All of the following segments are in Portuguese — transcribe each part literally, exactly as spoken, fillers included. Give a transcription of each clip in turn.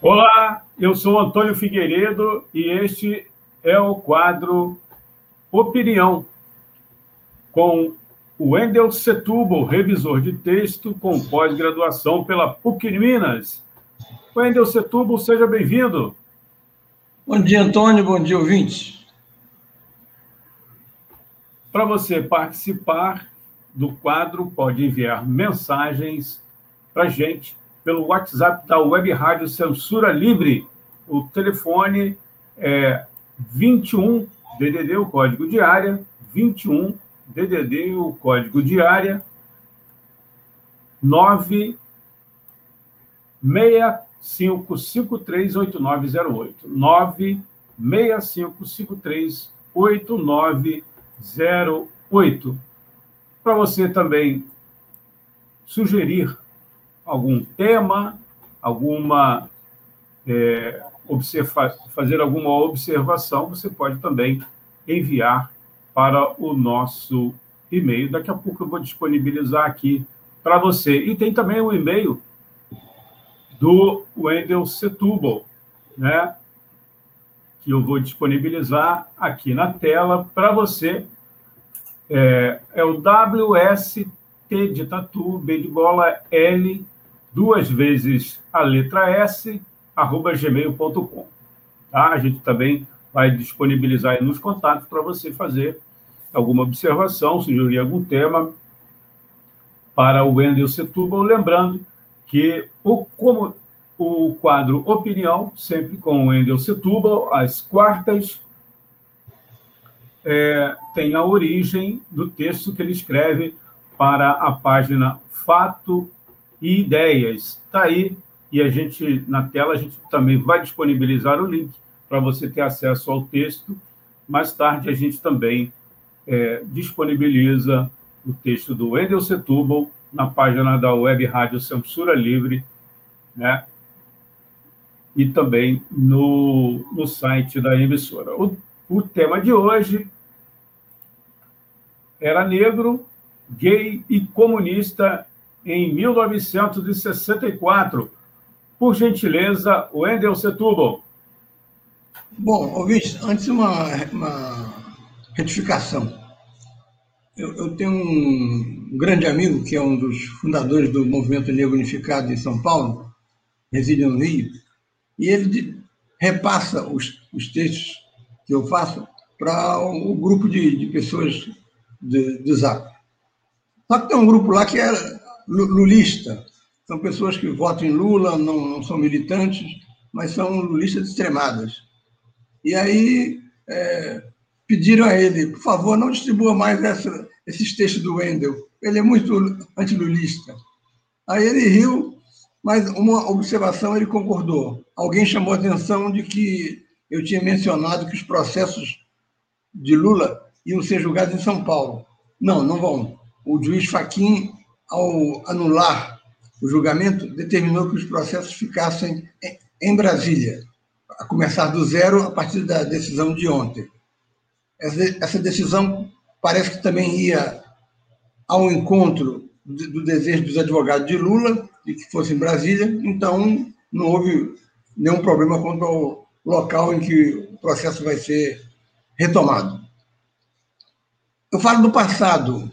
Olá, eu sou Antônio Figueiredo e este é o quadro Opinião, com o Wendel Setúbal, revisor de texto com pós-graduação pela PUC Minas. Wendel Setúbal, seja bem-vindo. Bom dia, Antônio. Bom dia, ouvintes. Para você participar do quadro, pode enviar mensagens para a gente pelo WhatsApp da Web Rádio Censura Livre. O telefone é vinte e um D D D, o código de área, vinte e um D D D, o código de área, nove seis cinco cinco três oito nove zero oito. nove seis cinco cinco três oito nove zero oito. Para você também sugerir algum tema, alguma é, observa, fazer alguma observação, você pode também enviar para o nosso e-mail. Daqui a pouco eu vou disponibilizar aqui para você. E tem também o e-mail do Wendel Setúbal, né? Que eu vou disponibilizar aqui na tela para você. É, é o W S T de tatu, B de bola, L, duas vezes a letra S, arroba gmail ponto com. Tá? A gente também vai disponibilizar aí nos contatos para você fazer alguma observação, sugerir algum tema para o Wendel Setúbal. Lembrando que o, como o quadro Opinião, sempre com o Wendel Setúbal, às quartas, é, tem a origem do texto que ele escreve para a página Fato e Ideias. Está aí, e a gente, na tela, a gente também vai disponibilizar o link para você ter acesso ao texto. Mais tarde, a gente também é, disponibiliza o texto do Wendel Setúbal na página da Web Rádio Censura Livre, né? E também no, no site da emissora. O, o tema de hoje era negro, gay e comunista em mil novecentos e sessenta e quatro. Por gentileza, Wendel Setúbal. Bom, ouvintes, antes uma, uma retificação. Eu, eu tenho um grande amigo, que é um dos fundadores do Movimento Negro Unificado em São Paulo, reside no Rio, e ele repassa os, os textos que eu faço para o grupo de, de pessoas de, do Zap. Só que tem um grupo lá que é lulista. São pessoas que votam em Lula, não, não são militantes, mas são lulistas extremadas. E aí é, pediram a ele, por favor, não distribua mais essa, esses textos do Wendel. Ele é muito antilulista. Aí ele riu, mas uma observação ele concordou. Alguém chamou a atenção de que eu tinha mencionado que os processos de Lula iam ser julgados em São Paulo. Não, não vão. O juiz Fachin, ao anular o julgamento, determinou que os processos ficassem em Brasília, a começar do zero a partir da decisão de ontem. Essa decisão parece que também ia ao encontro do desejo dos advogados de Lula, de que fosse em Brasília, então não houve nenhum problema quanto ao local em que o processo vai ser retomado. Eu falo do passado,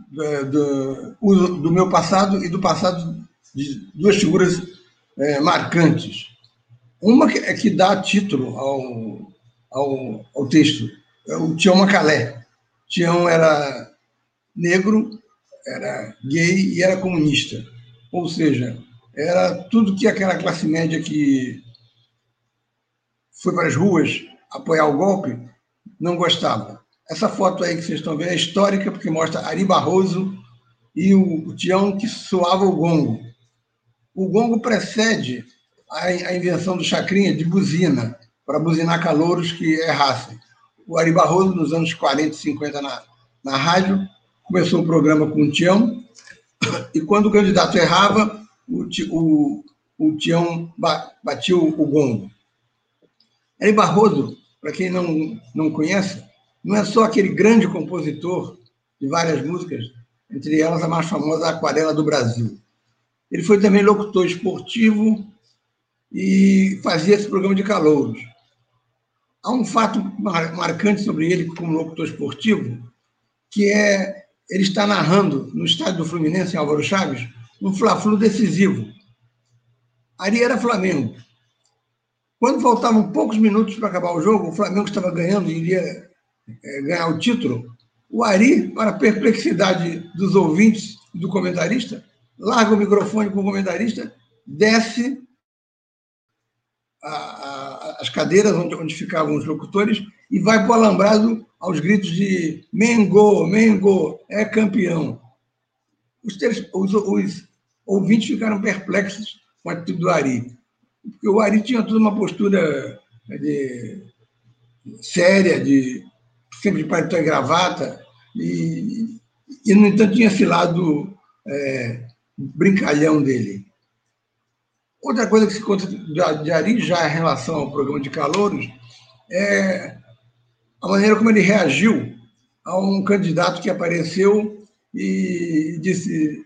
do, do, do meu passado e do passado de duas figuras é, marcantes. Uma que, é que dá título ao, ao, ao texto, é o Tião Macalé. Tião era negro, era gay e era comunista. Ou seja, era tudo que aquela classe média que foi para as ruas apoiar o golpe não gostava. Essa foto aí que vocês estão vendo é histórica, porque mostra Ari Barroso e o, o Tião que soava o gongo. O gongo precede a, a invenção do chacrinha de buzina, para buzinar calouros que errassem. O Ari Barroso, nos anos quarenta e cinquenta, na, na rádio, começou o programa com o Tião, e quando o candidato errava, o, o, o Tião batia o, o gongo. Ari Barroso, para quem não, não conhece, não é só aquele grande compositor de várias músicas, entre elas a mais famosa, a Aquarela do Brasil. Ele foi também locutor esportivo, e fazia esse programa de calouros. Há um fato marcante sobre ele como locutor esportivo, que é ele está narrando no estádio do Fluminense, em Álvaro Chaves, um Fla-Flu decisivo. Ari era Flamengo. Quando faltavam poucos minutos para acabar o jogo, o Flamengo estava ganhando e iria é, ganhar o título. O Ari, para a perplexidade dos ouvintes e do comentarista, larga o microfone com o comentarista, desce a, a, as cadeiras onde, onde ficavam os locutores e vai para o alambrado aos gritos de Mengo, Mengo, é campeão. Os, os, os ouvintes ficaram perplexos com a atitude do Ari, porque o Ari tinha toda uma postura de, séria, de, sempre de paletó e gravata, e, e, no entanto, tinha esse lado é, brincalhão dele. Outra coisa que se conta de Ari, já em relação ao programa de calouros, é a maneira como ele reagiu a um candidato que apareceu e disse: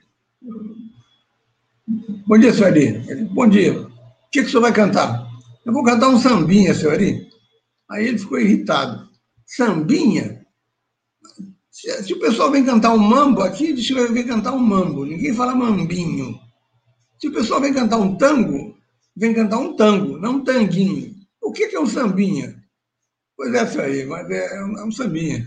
bom dia, senhor Ari. Ele, bom dia. O que, que o senhor vai cantar? Eu vou cantar um sambinha, senhor Ari. Aí ele ficou irritado. Sambinha? Se, se o pessoal vem cantar um mambo aqui, diz que vai vir cantar um mambo. Ninguém fala mambinho. Se o pessoal vem cantar um tango, vem cantar um tango, não um tanguinho. O que, que é um sambinha? Pois é, senhor Ari, mas é, é, um, é um sambinha.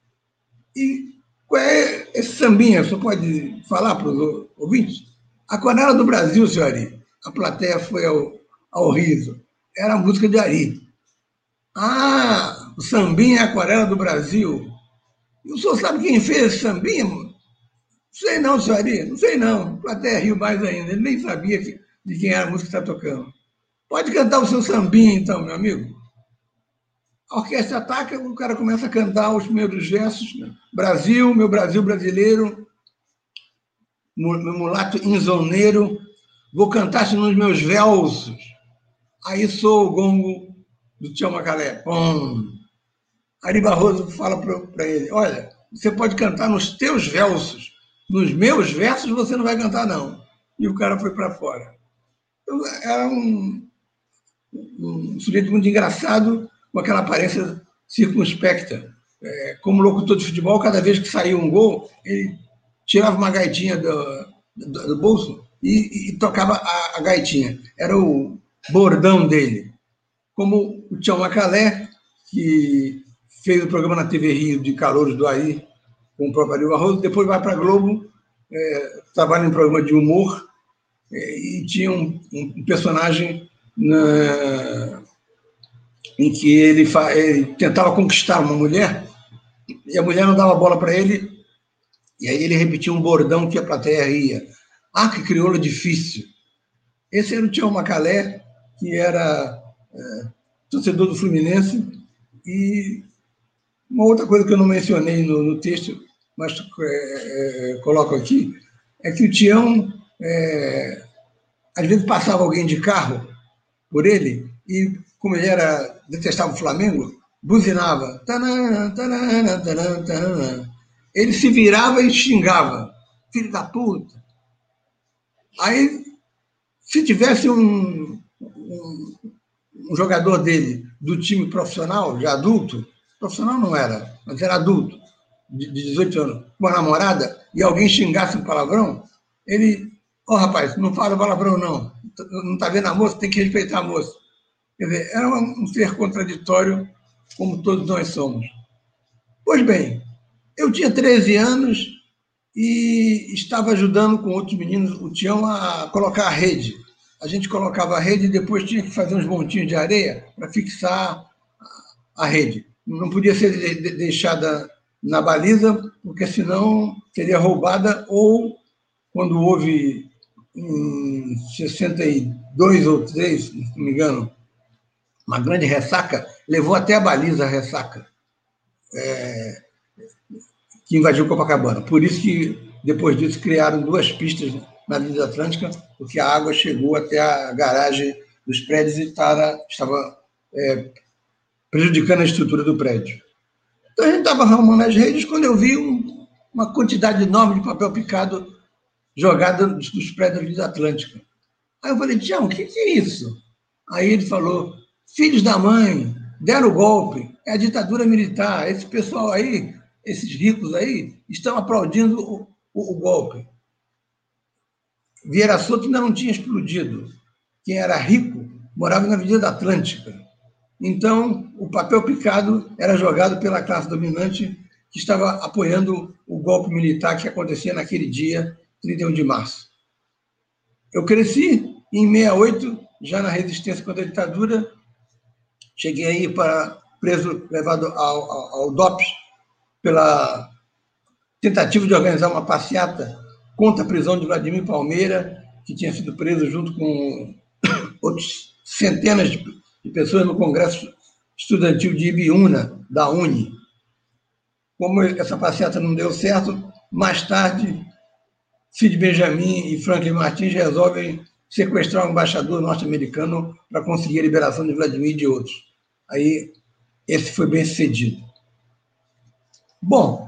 E qual é esse sambinha? O senhor pode falar para os ouvintes? Aquarela do Brasil, senhor Ari. A plateia foi ao, ao riso. Era a música de Ari. Ah, o sambinha é a Aquarela do Brasil. E o senhor sabe quem fez esse sambinha? Não sei não, senhor Ari. Não sei não. A plateia riu mais ainda. Ele nem sabia que, de quem era a música que está tocando. Pode cantar o seu sambinha, então, meu amigo. A orquestra ataca, o cara começa a cantar os primeiros versos. Né? Brasil, meu Brasil brasileiro, meu mulato insoneiro, vou cantar-te nos meus versos. Aí sou o gongo do Tião Macalé. Pum. Ari Barroso fala para ele, olha, você pode cantar nos teus versos, nos meus versos você não vai cantar, não. E o cara foi para fora. Então, era um, um sujeito muito engraçado, com aquela aparência circunspecta. É, como locutor de futebol, cada vez que saía um gol, ele tirava uma gaitinha do, do, do bolso e, e tocava a, a gaitinha. Era o bordão dele. Como o Tião Macalé, que fez o programa na T V Rio de Calouros do Ari, com o próprio Ari Barroso, depois vai para a Globo, é, trabalha em programa de humor, é, e tinha um, um personagem na... em que ele, fa... ele tentava conquistar uma mulher e a mulher não dava bola para ele, e aí ele repetia um bordão que a plateia ria. Ah, que crioula difícil. Esse era o Tião Macalé, que era é, torcedor do Fluminense. E uma outra coisa que eu não mencionei no, no texto, mas é, é, coloco aqui, é que o Tião, é, às vezes passava alguém de carro por ele e, como ele era, detestava o Flamengo, buzinava. Tanana, tanana, tanana, tanana. Ele se virava e xingava. Filho da puta. Aí, se tivesse um, um, um jogador dele do time profissional, já adulto, profissional não era, mas era adulto, de dezoito anos, com uma namorada, e alguém xingasse um palavrão, ele, ó, oh, rapaz, não fala palavrão não, não está vendo a moça, tem que respeitar a moça. Quer dizer, era um ser contraditório, como todos nós somos. Pois bem, eu tinha treze anos e estava ajudando com outros meninos, o Tião, a colocar a rede. A gente colocava a rede e depois tinha que fazer uns montinhos de areia para fixar a rede. Não podia ser deixada na baliza, porque senão seria roubada, ou, quando houve em sessenta e dois ou três, se não me engano, uma grande ressaca, levou até a baliza a ressaca, é, que invadiu Copacabana. Por isso que, depois disso, criaram duas pistas na Avenida Atlântica, porque a água chegou até a garagem dos prédios e estava, estava é, prejudicando a estrutura do prédio. Então, a gente estava arrumando as redes quando eu vi um, uma quantidade enorme de papel picado jogada dos prédios da Avenida Atlântica. Aí eu falei, Tião, o que, que é isso? Aí ele falou, filhos da mãe, deram o golpe, é a ditadura militar, esse pessoal aí, esses ricos aí, estão aplaudindo o, o, o golpe. Vieira Soto ainda não tinha explodido. Quem era rico morava na Avenida Atlântica. Então, o papel picado era jogado pela classe dominante que estava apoiando o golpe militar que acontecia naquele dia, trinta e um de março. Eu cresci em sessenta e oito, já na resistência contra a ditadura, cheguei aí para preso, levado ao, ao, ao D O P S pela tentativa de organizar uma passeata contra a prisão de Vladimir Palmeira, que tinha sido preso junto com outras centenas de, de pessoas no Congresso Estudantil de Ibiúna, da Uni. Como essa passeata não deu certo, mais tarde, Cid Benjamin e Franklin Martins resolvem sequestrar o embaixador norte-americano para conseguir a liberação de Vladimir e de outros. Aí, esse foi bem sucedido. Bom,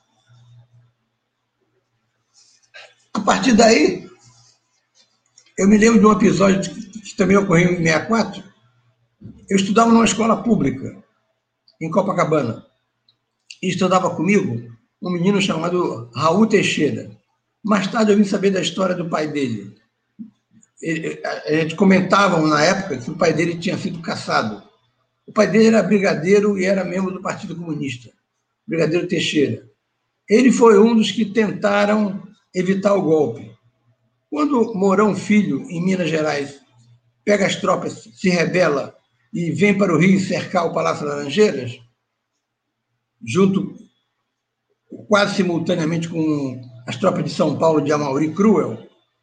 a partir daí, eu me lembro de um episódio que também ocorreu em sessenta e quatro. Eu estudava numa escola pública, em Copacabana, e estudava comigo um menino chamado Raul Teixeira. Mais tarde eu vim saber da história do pai dele. A gente comentava na época que o pai dele tinha sido caçado. O pai dele era brigadeiro e era membro do Partido Comunista, Brigadeiro Teixeira. Ele foi um dos que tentaram evitar o golpe. Quando Mourão Filho, em Minas Gerais, pega as tropas, se rebela e vem para o Rio cercar o Palácio Laranjeiras, junto quase simultaneamente com as tropas de São Paulo de Amaury Cruel,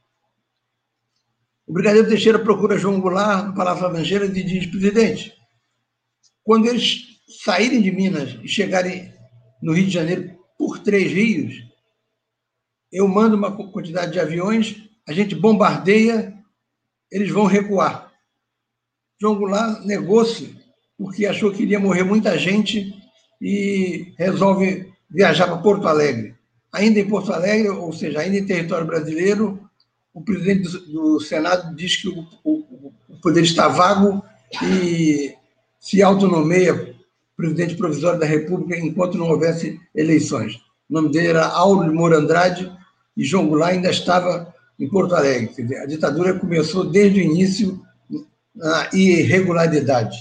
o Brigadeiro Teixeira procura João Goulart no Palácio Laranjeiras e diz, presidente, quando eles saírem de Minas e chegarem no Rio de Janeiro por Três Rios, eu mando uma quantidade de aviões, a gente bombardeia, eles vão recuar. João Goulart negou-se, porque achou que iria morrer muita gente e resolve viajar para Porto Alegre. Ainda em Porto Alegre, ou seja, ainda em território brasileiro, o presidente do, do Senado diz que o, o, o poder está vago e se autonomeia presidente provisório da República enquanto não houvesse eleições. O nome dele era Auro de Moura Andrade e João Goulart ainda estava em Porto Alegre. Quer dizer, a ditadura começou desde o início na irregularidade.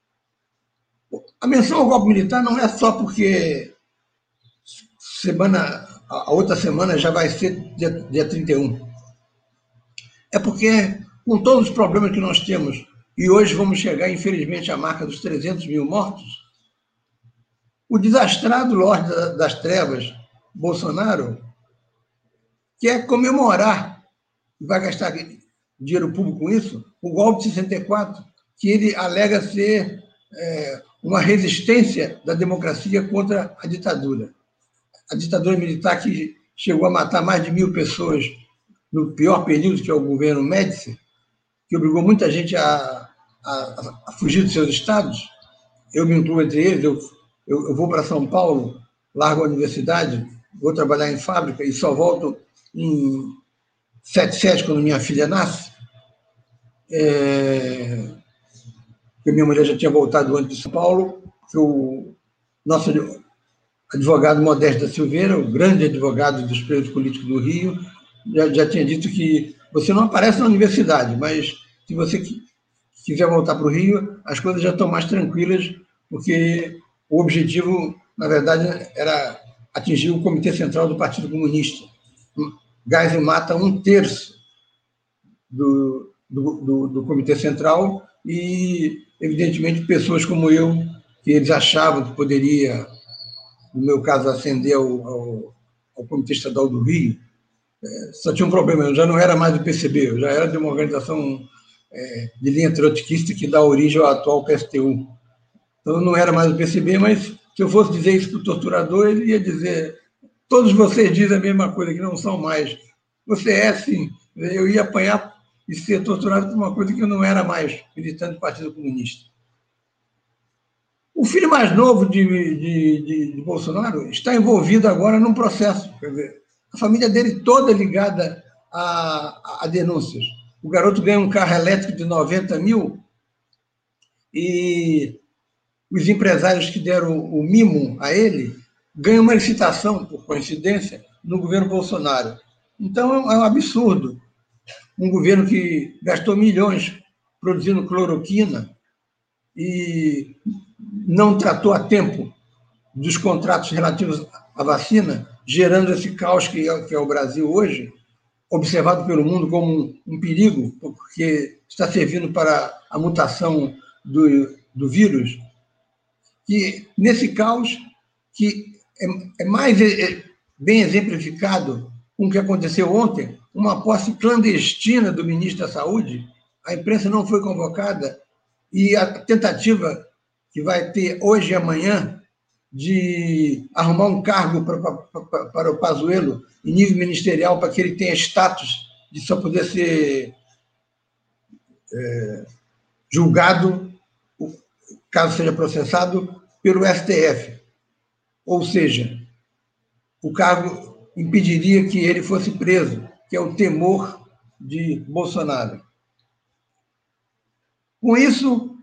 A menção ao golpe militar não é só porque semana, a outra semana já vai ser dia, dia trinta e um. É porque, com todos os problemas que nós temos, e hoje vamos chegar, infelizmente, à marca dos trezentos mil mortos, o desastrado Lorde das Trevas, Bolsonaro, quer comemorar, vai gastar dinheiro público com isso, o golpe de sessenta e quatro, que ele alega ser é, uma resistência da democracia contra a ditadura. A ditadura militar que chegou a matar mais de mil pessoas no pior período, que é o governo Médici, que obrigou muita gente a, a, a fugir dos seus estados. Eu me incluo entre eles, eu, eu, eu vou para São Paulo, largo a universidade, vou trabalhar em fábrica e só volto em setenta e sete, quando minha filha nasce. É, porque minha mulher já tinha voltado antes de São Paulo, que o nosso advogado Modesto da Silveira, o grande advogado dos presos políticos do Rio, já, já tinha dito que você não aparece na universidade, mas se você quiser voltar para o Rio, as coisas já estão mais tranquilas, porque o objetivo, na verdade, era atingir o Comitê Central do Partido Comunista. Geisel mata um terço do, do, do, do Comitê Central e, evidentemente, pessoas como eu, que eles achavam que poderia, no meu caso, ascender ao, ao, ao Comitê Estadual do Rio, é, só tinha um problema, eu já não era mais do P C B, eu já era de uma organização é, de linha trotskista que dá origem ao atual P S T U. Então, eu não era mais do P C B, mas se eu fosse dizer isso para o torturador, ele ia dizer, todos vocês dizem a mesma coisa, que não são mais. Você é, sim. Eu ia apanhar e ser torturado por uma coisa que eu não era mais, militante do Partido Comunista. O filho mais novo de, de, de, de Bolsonaro está envolvido agora num processo. Quer dizer, a família dele toda é ligada a, a denúncias. O garoto ganha um carro elétrico de noventa mil e os empresários que deram o mimo a ele ganham uma licitação, por coincidência, no governo Bolsonaro. Então, é um absurdo. Um governo que gastou milhões produzindo cloroquina e não tratou a tempo dos contratos relativos à vacina, gerando esse caos que é, que é o Brasil hoje, observado pelo mundo como um, um perigo, porque está servindo para a mutação do, do vírus, que nesse caos, que é, é mais é, bem exemplificado com o que aconteceu ontem, uma posse clandestina do ministro da Saúde, a imprensa não foi convocada, e a tentativa que vai ter hoje e amanhã de arrumar um cargo para, para, para o Pazuello em nível ministerial, para que ele tenha status de só poder ser é, julgado, caso seja processado, pelo S T F. Ou seja, o cargo impediria que ele fosse preso, que é o temor de Bolsonaro. Com isso,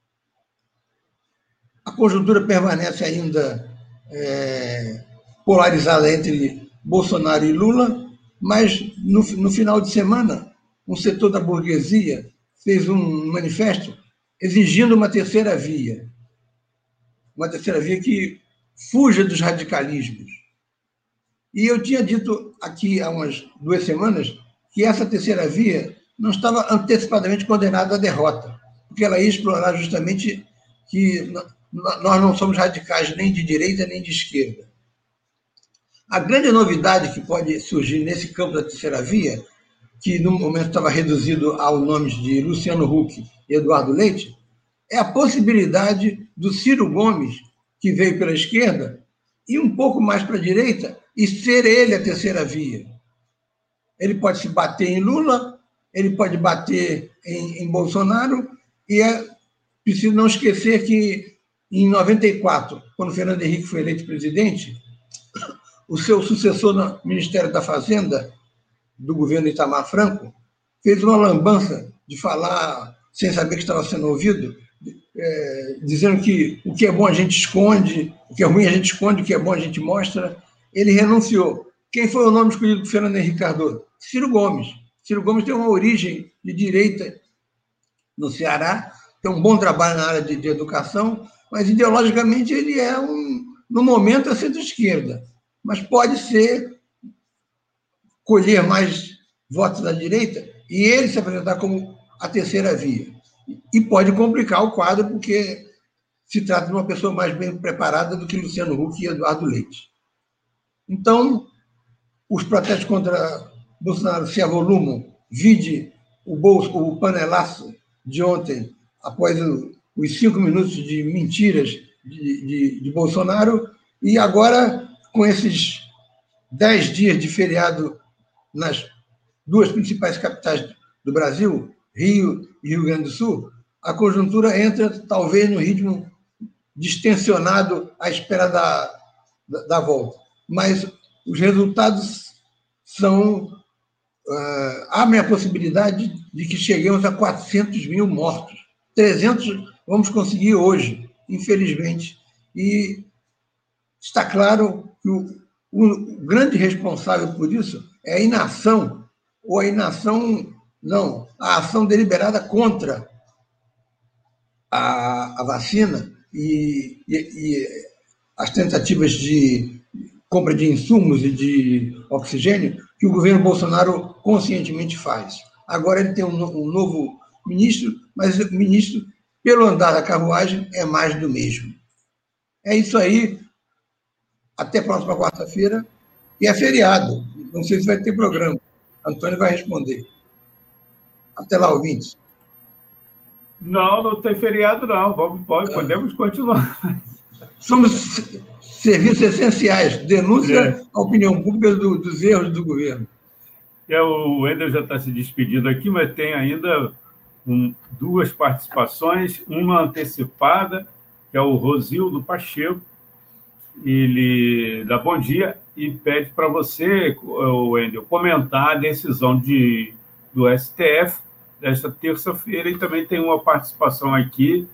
a conjuntura permanece ainda é, polarizada entre Bolsonaro e Lula, mas no, no final de semana, um setor da burguesia fez um manifesto exigindo uma terceira via, uma terceira via que fuja dos radicalismos. E eu tinha dito aqui há umas duas semanas que essa terceira via não estava antecipadamente condenada à derrota, porque ela ia explorar justamente que nós não somos radicais nem de direita nem de esquerda. A grande novidade que pode surgir nesse campo da terceira via, que no momento estava reduzido aos nomes de Luciano Huck e Eduardo Leite, é a possibilidade do Ciro Gomes, que veio pela esquerda, ir um pouco mais para a direita e ser ele a terceira via. Ele pode se bater em Lula, ele pode bater em, em Bolsonaro, e é preciso não esquecer que, em noventa e quatro, quando Fernando Henrique foi eleito presidente, o seu sucessor no Ministério da Fazenda, do governo Itamar Franco, fez uma lambança de falar, sem saber que estava sendo ouvido, é, dizendo que o que é bom a gente esconde, o que é ruim a gente esconde, o que é bom a gente mostra. Ele renunciou. Quem foi o nome escolhido por Fernando Henrique Cardoso? Ciro Gomes. Ciro Gomes tem uma origem de direita no Ceará, tem um bom trabalho na área de, de educação, mas ideologicamente ele é, um, no momento, a centro-esquerda. Mas pode ser colher mais votos da direita e ele se apresentar como a terceira via. E pode complicar o quadro, porque se trata de uma pessoa mais bem preparada do que Luciano Huck e Eduardo Leite. Então, os protestos contra Bolsonaro se avolumam, vide o, bolso, o panelaço de ontem, após o, os cinco minutos de mentiras de, de, de Bolsonaro, e agora, com esses dez dias de feriado nas duas principais capitais do Brasil, Rio e Rio Grande do Sul, a conjuntura entra talvez no ritmo distensionado à espera da, da, da volta. Mas os resultados são... Uh, abrem a possibilidade de que cheguemos a quatrocentos mil mortos. trezentos vamos conseguir hoje, infelizmente. E está claro que o, o grande responsável por isso é a inação, ou a inação, não, a ação deliberada contra a, a vacina e, e, e as tentativas de compra de insumos e de oxigênio que o governo Bolsonaro conscientemente faz. Agora ele tem um, um novo ministro, mas o ministro, pelo andar da carruagem, é mais do mesmo. É isso aí. Até a próxima quarta-feira. E é feriado. Não sei se vai ter programa. Antônio vai responder. Até lá, ouvintes. Não, não tem feriado, não. Vamos, pode, podemos continuar. Somos serviços essenciais. Denúncia é. à opinião pública do, dos erros do governo. É, o Wendel já está se despedindo aqui, mas tem ainda um, duas participações. Uma antecipada, que é o Rosildo Pacheco. Ele dá bom dia e pede para você, Wendel, comentar a decisão de, do S T F desta terça-feira, e também tem uma participação aqui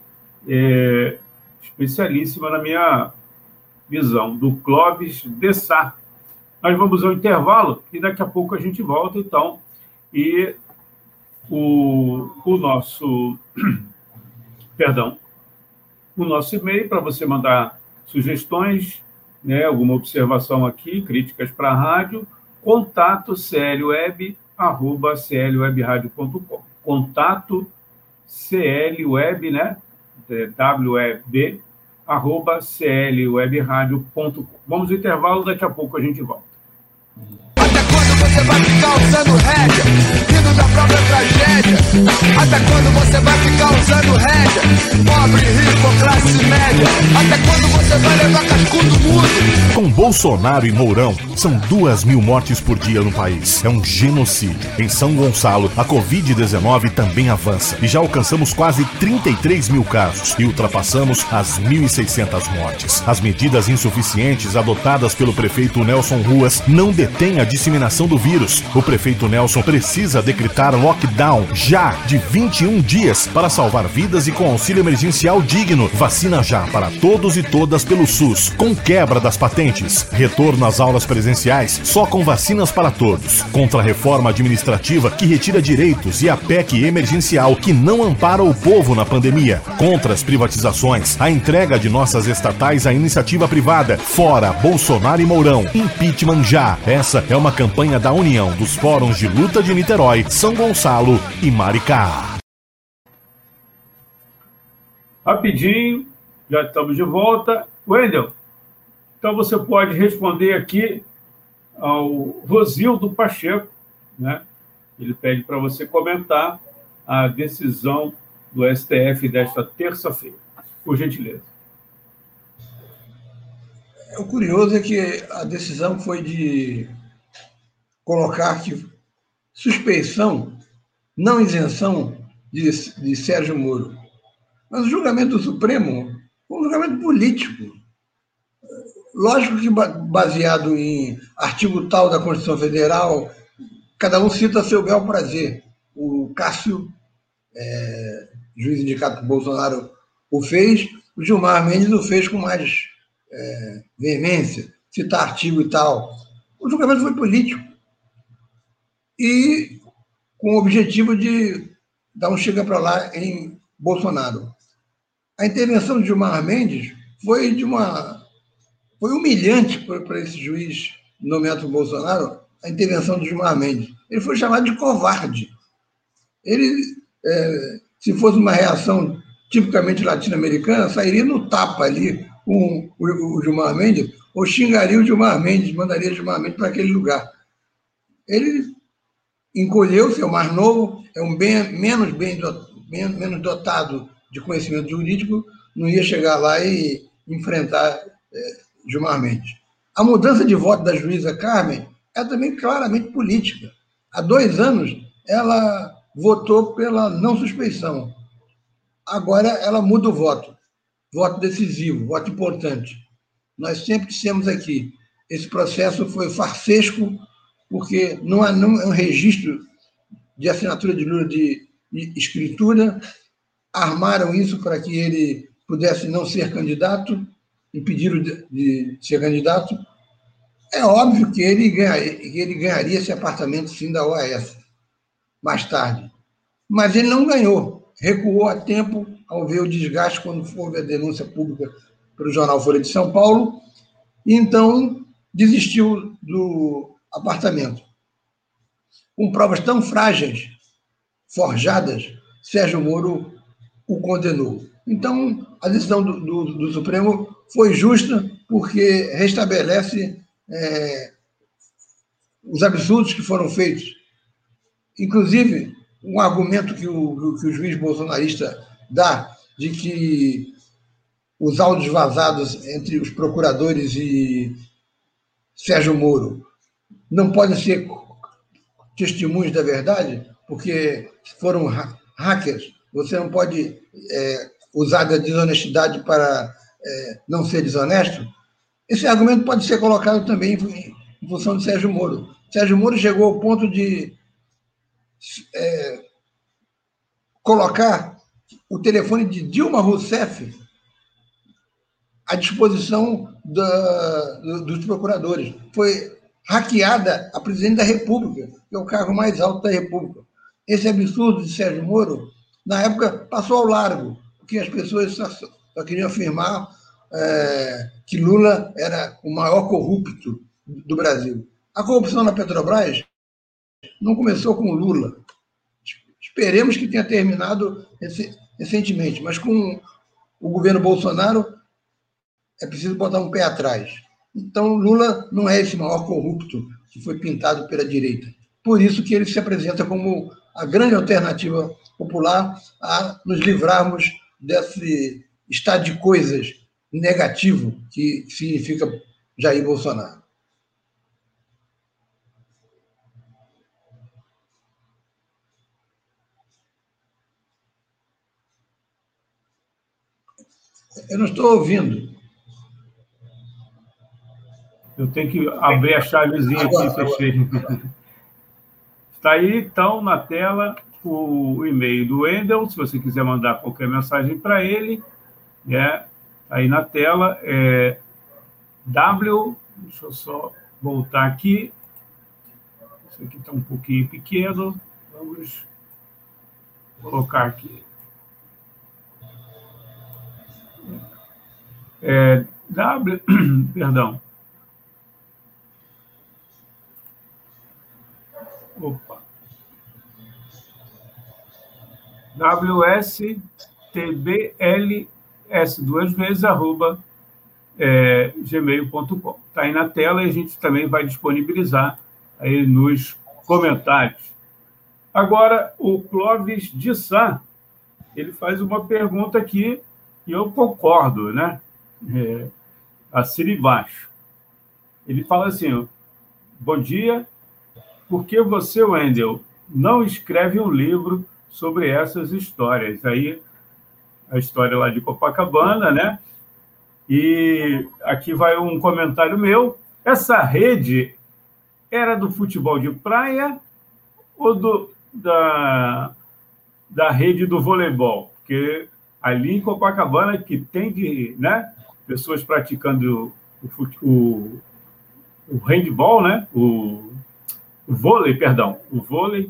é, especialíssima na minha visão, do Clóvis de Sá. Nós vamos ao intervalo e daqui a pouco a gente volta, então, e o, o nosso, perdão, o nosso e-mail para você mandar sugestões, né, alguma observação aqui, críticas para a rádio, contato clweb, arroba clwebradio ponto com. Contato clweb, né, web, arroba clwebradio ponto com. Vamos ao intervalo, daqui a pouco a gente volta. Até quando você vai ficar usando rédea, rindo da própria tragédia? Até quando você vai ficar usando rédea, pobre, rico, classe média? Até quando você vai levar cascudo mudo? Com Bolsonaro e Mourão, são duas mil mortes por dia no país. É um genocídio. Em São Gonçalo, a covid dezenove também avança e já alcançamos quase trinta e três mil casos e ultrapassamos as mil e seiscentas mortes. As medidas insuficientes adotadas pelo prefeito Nelson Ruas não detêm a disseminação do vírus. O prefeito Nelson precisa decretar lockdown já de vinte e um dias para salvar vidas e com auxílio emergencial digno. Vacina já para todos e todas pelo SUS, com quebra das patentes. Retorno às aulas presenciais só com vacinas para todos. Contra a reforma administrativa que retira direitos e a P E C emergencial que não ampara o povo na pandemia. Contra as privatizações, a entrega de nossas estatais à iniciativa privada. Fora Bolsonaro e Mourão. Impeachment já. Essa é uma campanha da União dos Fóruns de Luta de Niterói, São Gonçalo e Maricá. Rapidinho, já estamos de volta. Wendel, então você pode responder aqui ao Rosildo Pacheco, né? Ele pede para você comentar a decisão do S T F desta terça-feira, por gentileza. O curioso é que a decisão foi de colocar que suspeição, não isenção de, de Sérgio Moro. Mas o julgamento do Supremo foi um julgamento político. Lógico que baseado em artigo tal da Constituição Federal, cada um cita a seu bel prazer. O Cássio, é, juiz indicado por Bolsonaro, o fez, o Gilmar Mendes o fez com mais é, veemência, citar artigo e tal. O julgamento foi político e com o objetivo de dar um chega para lá em Bolsonaro. A intervenção de Gilmar Mendes foi de uma foi humilhante para esse juiz nomeado por Bolsonaro, a intervenção de Gilmar Mendes. Ele foi chamado de covarde. Ele, é, se fosse uma reação tipicamente latino-americana, sairia no tapa ali com o, o Gilmar Mendes, ou xingaria o Gilmar Mendes, mandaria o Gilmar Mendes para aquele lugar. Ele encolheu-se, é o mais novo, é um bem, menos, bem, menos dotado de conhecimento jurídico, não ia chegar lá e enfrentar é, Gilmar Mendes. A mudança de voto da juíza Carmen é também claramente política. Há dois anos, ela votou pela não suspeição. Agora, ela muda o voto. Voto decisivo, voto importante. Nós sempre dissemos aqui, esse processo foi farsesco, porque não há não é um registro de assinatura de Lula de, de escritura. Armaram isso para que ele pudesse não ser candidato, impediram de, de ser candidato. É óbvio que ele, ganha, que ele ganharia esse apartamento, sim, da O A S, mais tarde. Mas ele não ganhou. Recuou a tempo ao ver o desgaste quando houve a denúncia pública pelo jornal Folha de São Paulo, e então desistiu do apartamento. Com provas tão frágeis, forjadas, Sérgio Moro o condenou. Então, a decisão do, do, do Supremo foi justa, porque restabelece é, os absurdos que foram feitos. Inclusive, um argumento que o, que o juiz bolsonarista dá, de que os áudios vazados entre os procuradores e Sérgio Moro não podem ser testemunhos da verdade, porque foram hackers. Você não pode é, usar da desonestidade para é, não ser desonesto. Esse argumento pode ser colocado também em, em função de Sérgio Moro. Sérgio Moro chegou ao ponto de é, colocar o telefone de Dilma Rousseff à disposição da, dos procuradores. Foi hackeada a presidente da República, que é o cargo mais alto da República. Esse absurdo de Sérgio Moro, na época, passou ao largo, porque as pessoas só, só queriam afirmar é, que Lula era o maior corrupto do Brasil. A corrupção na Petrobras não começou com Lula. Esperemos que tenha terminado recentemente, mas com o governo Bolsonaro é preciso botar um pé atrás. Então, Lula não é esse maior corrupto que foi pintado pela direita. Por isso que ele se apresenta como a grande alternativa popular a nos livrarmos desse estado de coisas negativo que significa Jair Bolsonaro. Eu não estou ouvindo. Eu tenho que abrir a chavezinha aqui, fechei. Está aí, então, na tela, o e-mail do Wendel, se você quiser mandar qualquer mensagem para ele, né? Aí na tela, é W, deixa eu só voltar aqui, isso aqui está um pouquinho pequeno, vamos colocar aqui. É, W, perdão. Opa. W S T B L S duas vezes, arroba é, gmail ponto com. Está aí na tela e a gente também vai disponibilizar aí nos comentários. Agora, o Clóvis de Sá, ele faz uma pergunta aqui e eu concordo, né? É, assina embaixo. Ele fala assim: bom dia, por que você, Wendel, não escreve um livro sobre essas histórias? Aí, a história lá de Copacabana, né? E aqui vai um comentário meu. Essa rede era do futebol de praia ou do, da, da rede do voleibol? Porque ali em Copacabana, que tem de, né, pessoas praticando o, o, o handball, né? O, o vôlei, perdão, o vôlei.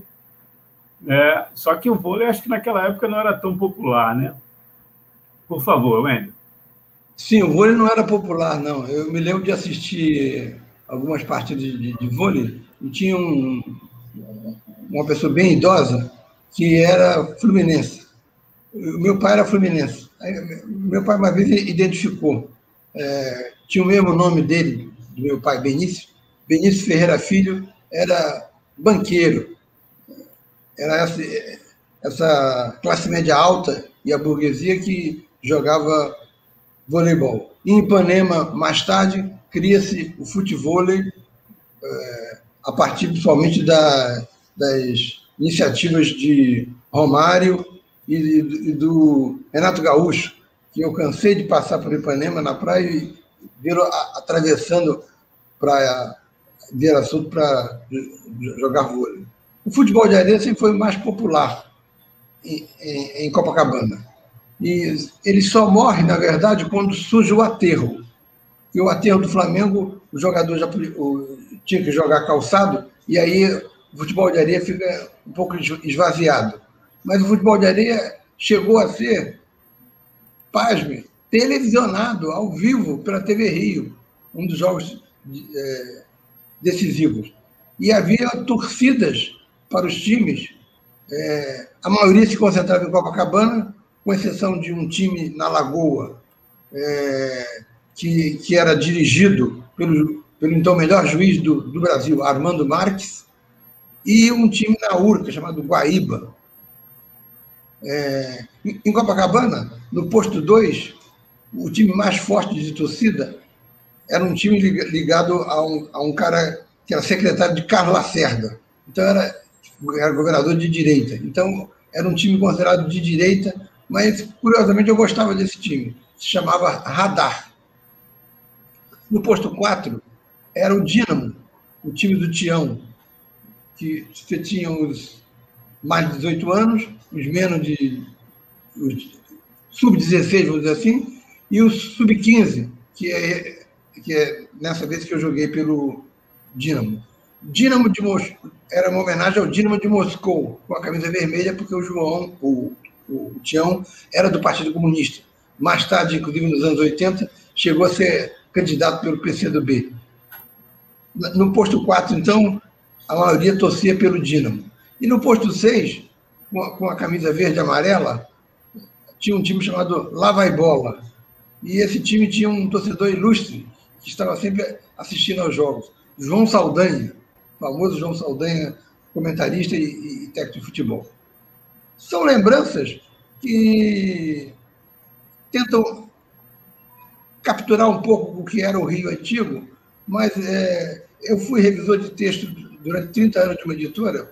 É, só que o vôlei, acho que naquela época não era tão popular, né? Por favor, Wendel. Sim, o vôlei não era popular, não. Eu me lembro de assistir algumas partidas de, de vôlei e tinha um, uma pessoa bem idosa que era fluminense. O meu pai era fluminense. Aí, meu pai uma vez identificou. É, tinha o mesmo nome dele, do meu pai, Benício. Benício Ferreira Filho era banqueiro. Era essa, essa classe média alta e a burguesia que jogava voleibol. Em Ipanema, mais tarde, cria-se o futevôlei, é, a partir principalmente da, das iniciativas de Romário e, e do Renato Gaúcho, que eu cansei de passar por Ipanema na praia e viram atravessando para Vieira Solto para jogar vôlei. O futebol de areia sempre foi mais popular em, em, em Copacabana. E ele só morre, na verdade, quando surge o aterro. E o aterro do Flamengo, o jogador já o, tinha que jogar calçado, e aí o futebol de areia fica um pouco esvaziado. Mas o futebol de areia chegou a ser, pasme, televisionado ao vivo pela T V Rio, um dos jogos é, decisivos. E havia torcidas para os times, é, a maioria se concentrava em Copacabana, com exceção de um time na Lagoa, é, que, que era dirigido pelo, pelo então melhor juiz do, do Brasil, Armando Marques, e um time na Urca, chamado Guaíba. É, em Copacabana, no posto dois, o time mais forte de torcida era um time ligado a um, a um cara que era secretário de Carlos Lacerda. Então, era, era governador de direita. Então, era um time considerado de direita, mas, curiosamente, eu gostava desse time. Se chamava Radar. No posto quatro, era o Dínamo, o time do Tião, que tinha os mais de dezoito anos, os menos de sub dezesseis, vamos dizer assim, e o sub quinze, que é, que é nessa vez que eu joguei pelo Dínamo. Dínamo de Moscou era uma homenagem ao Dínamo de Moscou, com a camisa vermelha, porque o João, o, o Tião, era do Partido Comunista. Mais tarde, inclusive nos anos oitenta, chegou a ser candidato pelo P C do B. No posto quatro, então, a maioria torcia pelo Dínamo. E no posto seis, com a, com a camisa verde e amarela, tinha um time chamado Lá Vai Bola. E esse time tinha um torcedor ilustre, que estava sempre assistindo aos jogos. João Saldanha, famoso João Saldanha, comentarista e, e técnico de futebol. São lembranças que tentam capturar um pouco o que era o Rio antigo, mas é, eu fui revisor de texto durante trinta anos de uma editora,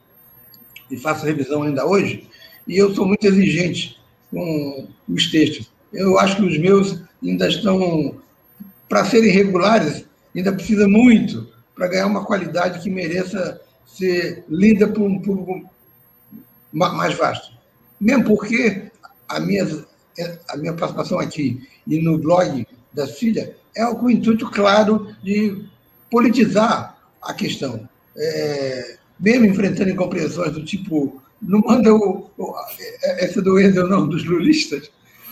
e faço revisão ainda hoje, e eu sou muito exigente com os textos. Eu acho que os meus ainda estão, para serem regulares, ainda precisa muito para ganhar uma qualidade que mereça ser lida por um público mais vasto. Mesmo porque a minha, a minha participação aqui e no blog da filha é com o intuito claro de politizar a questão. É, mesmo enfrentando incompreensões do tipo, não manda o, o, essa do Wendel, não, dos lulistas,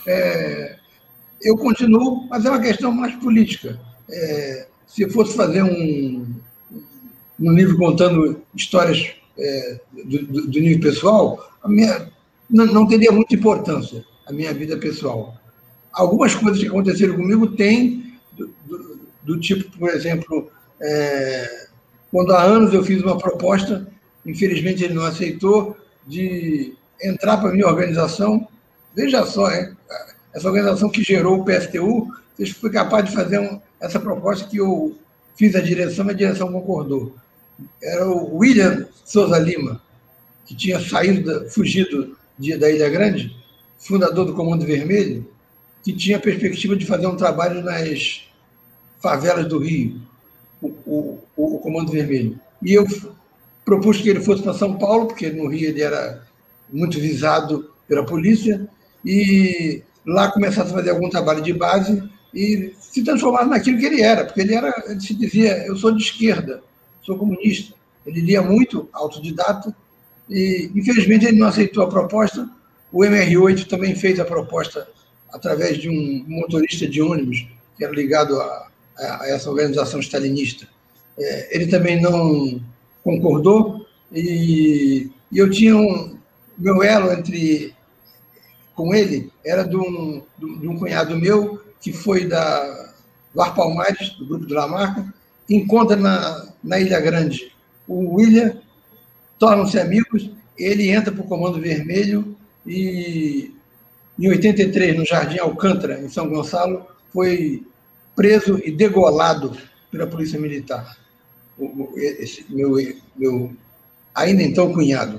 é, eu continuo, mas é uma questão mais política. É, se eu fosse fazer um, um livro contando histórias é, do, do, do nível pessoal, a minha, não, não teria muita importância a minha vida pessoal. Algumas coisas que aconteceram comigo têm, do, do, do tipo, por exemplo, é, quando há anos eu fiz uma proposta, infelizmente ele não aceitou, de entrar para a minha organização. Veja só, hein? Essa organização que gerou o P S T U, eu fui capaz de fazer um, essa proposta que eu fiz a direção e a direção concordou. Era o William Souza Lima, que tinha saído, da, fugido de, da Ilha Grande, fundador do Comando Vermelho, que tinha a perspectiva de fazer um trabalho nas favelas do Rio, o, o, o Comando Vermelho. E eu propus que ele fosse para São Paulo, porque no Rio ele era muito visado pela polícia, e lá começasse a fazer algum trabalho de base e se transformasse naquilo que ele era, porque ele, era, ele se dizia, eu sou de esquerda, sou comunista. Ele lia muito, autodidata, e infelizmente ele não aceitou a proposta. O M R oito também fez a proposta através de um motorista de ônibus, que era ligado a, a essa organização stalinista. É, ele também não concordou, e, e eu tinha um... Meu elo entre, com ele era de um, de um cunhado meu, que foi da Var Palmares, do Grupo de Lamarca, encontra na, na Ilha Grande o William, tornam-se amigos, ele entra para o Comando Vermelho e, em oitenta e três, no Jardim Alcântara, em São Gonçalo, foi preso e degolado pela Polícia Militar. O, esse meu, meu ainda então cunhado.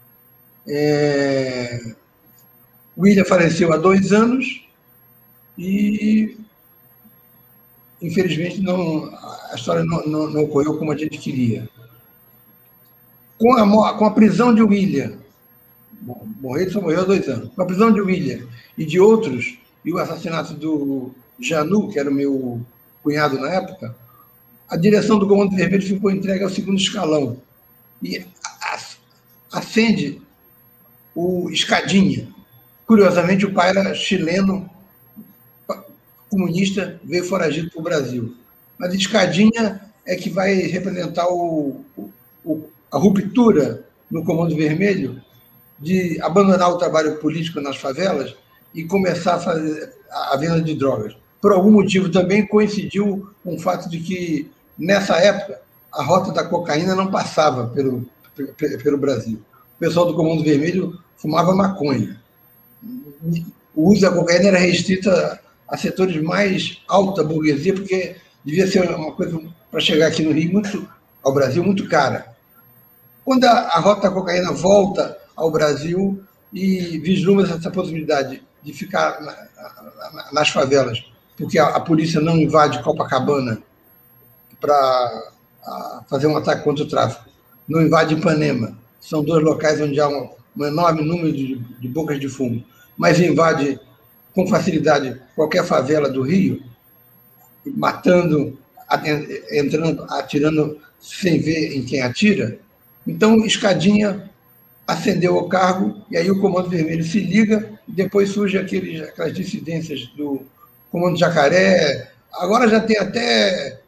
É, William faleceu há dois anos e, infelizmente, não, a história não, não, não ocorreu como a gente queria. Com a, com a prisão de William, bom, morreu, ele só morreu há dois anos, com a prisão de William e de outros, e o assassinato do Janu, que era o meu cunhado na época, a direção do Comando Vermelho ficou entregue ao segundo escalão. E acende o Escadinha. Curiosamente, o pai era chileno, comunista, veio foragido para o Brasil. Mas Escadinha é que vai representar o, o, a ruptura no Comando Vermelho de abandonar o trabalho político nas favelas e começar a fazer a venda de drogas. Por algum motivo também coincidiu com o fato de que, nessa época, a rota da cocaína não passava pelo, pelo Brasil. O pessoal do Comando Vermelho fumava maconha. O uso da cocaína era restrito a, a setores mais alta burguesia, porque devia ser uma coisa, para chegar aqui no Rio, muito, ao Brasil, muito cara. Quando a, a rota da cocaína volta ao Brasil e vislumbra essa possibilidade de ficar na, na, nas favelas, porque a, a polícia não invade Copacabana para fazer um ataque contra o tráfico, não invade Ipanema, são dois locais onde há um, um enorme número de, de bocas de fumo, mas invade com facilidade qualquer favela do Rio, matando, entrando, atirando sem ver em quem atira. Então, Escadinha ascendeu ao cargo, e aí o Comando Vermelho se liga, e depois surge aqueles, aquelas dissidências do Comando Jacaré. Agora já tem até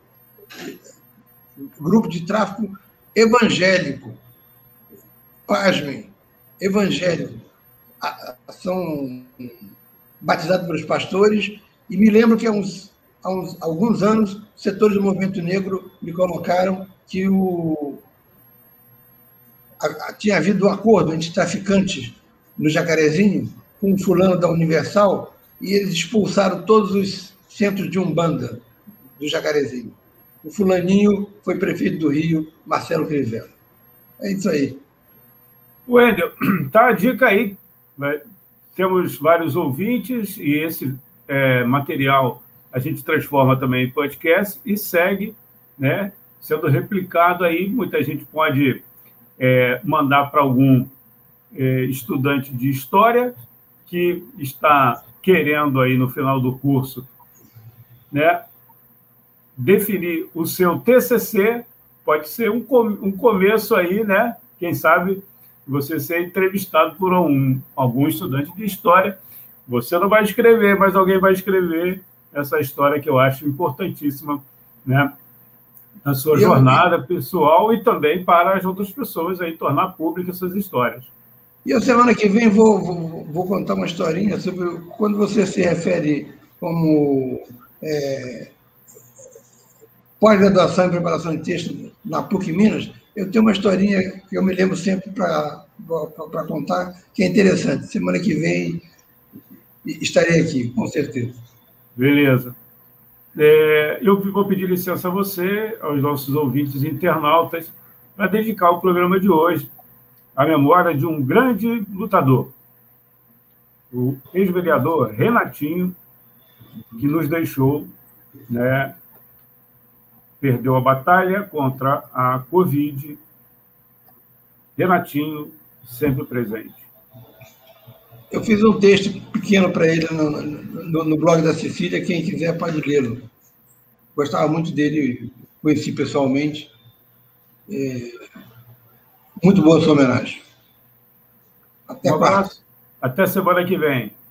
grupo de tráfico evangélico. Pasmem, evangélico. São batizados pelos pastores, e me lembro que há, uns, há uns, alguns anos, setores do movimento negro me colocaram que o, a, a, tinha havido um acordo entre traficantes no Jacarezinho com um fulano da Universal, e eles expulsaram todos os centros de Umbanda do Jacarezinho. O fulaninho foi prefeito do Rio, Marcelo Crivella. É isso aí. Wendel, tá a dica aí. Né? Temos vários ouvintes e esse é, material a gente transforma também em podcast e segue, né, sendo replicado aí. Muita gente pode é, mandar para algum é, estudante de história que está querendo aí no final do curso, né, definir o seu T C C. Pode ser um, um começo aí, né? Quem sabe você ser entrevistado por um, algum estudante de história. Você não vai escrever, mas alguém vai escrever essa história que eu acho importantíssima, né, na sua eu, jornada pessoal e também para as outras pessoas aí tornar públicas essas histórias. E a semana que vem vou, vou, vou contar uma historinha sobre quando você se refere como é, pós-graduação em preparação de texto na PUC Minas. Eu tenho uma historinha que eu me lembro sempre para contar, que é interessante. Semana que vem estarei aqui, com certeza. Beleza. É, eu vou pedir licença a você, aos nossos ouvintes internautas, para dedicar o programa de hoje à memória de um grande lutador, o ex-vereador Renatinho, que nos deixou, né, perdeu a batalha contra a Covid. Renatinho, sempre presente. Eu fiz um texto pequeno para ele no, no, no blog da Cecília, quem quiser pode lê-lo. Gostava muito dele, conheci pessoalmente. É, muito boa sua homenagem. Até um abraço. Até semana que vem.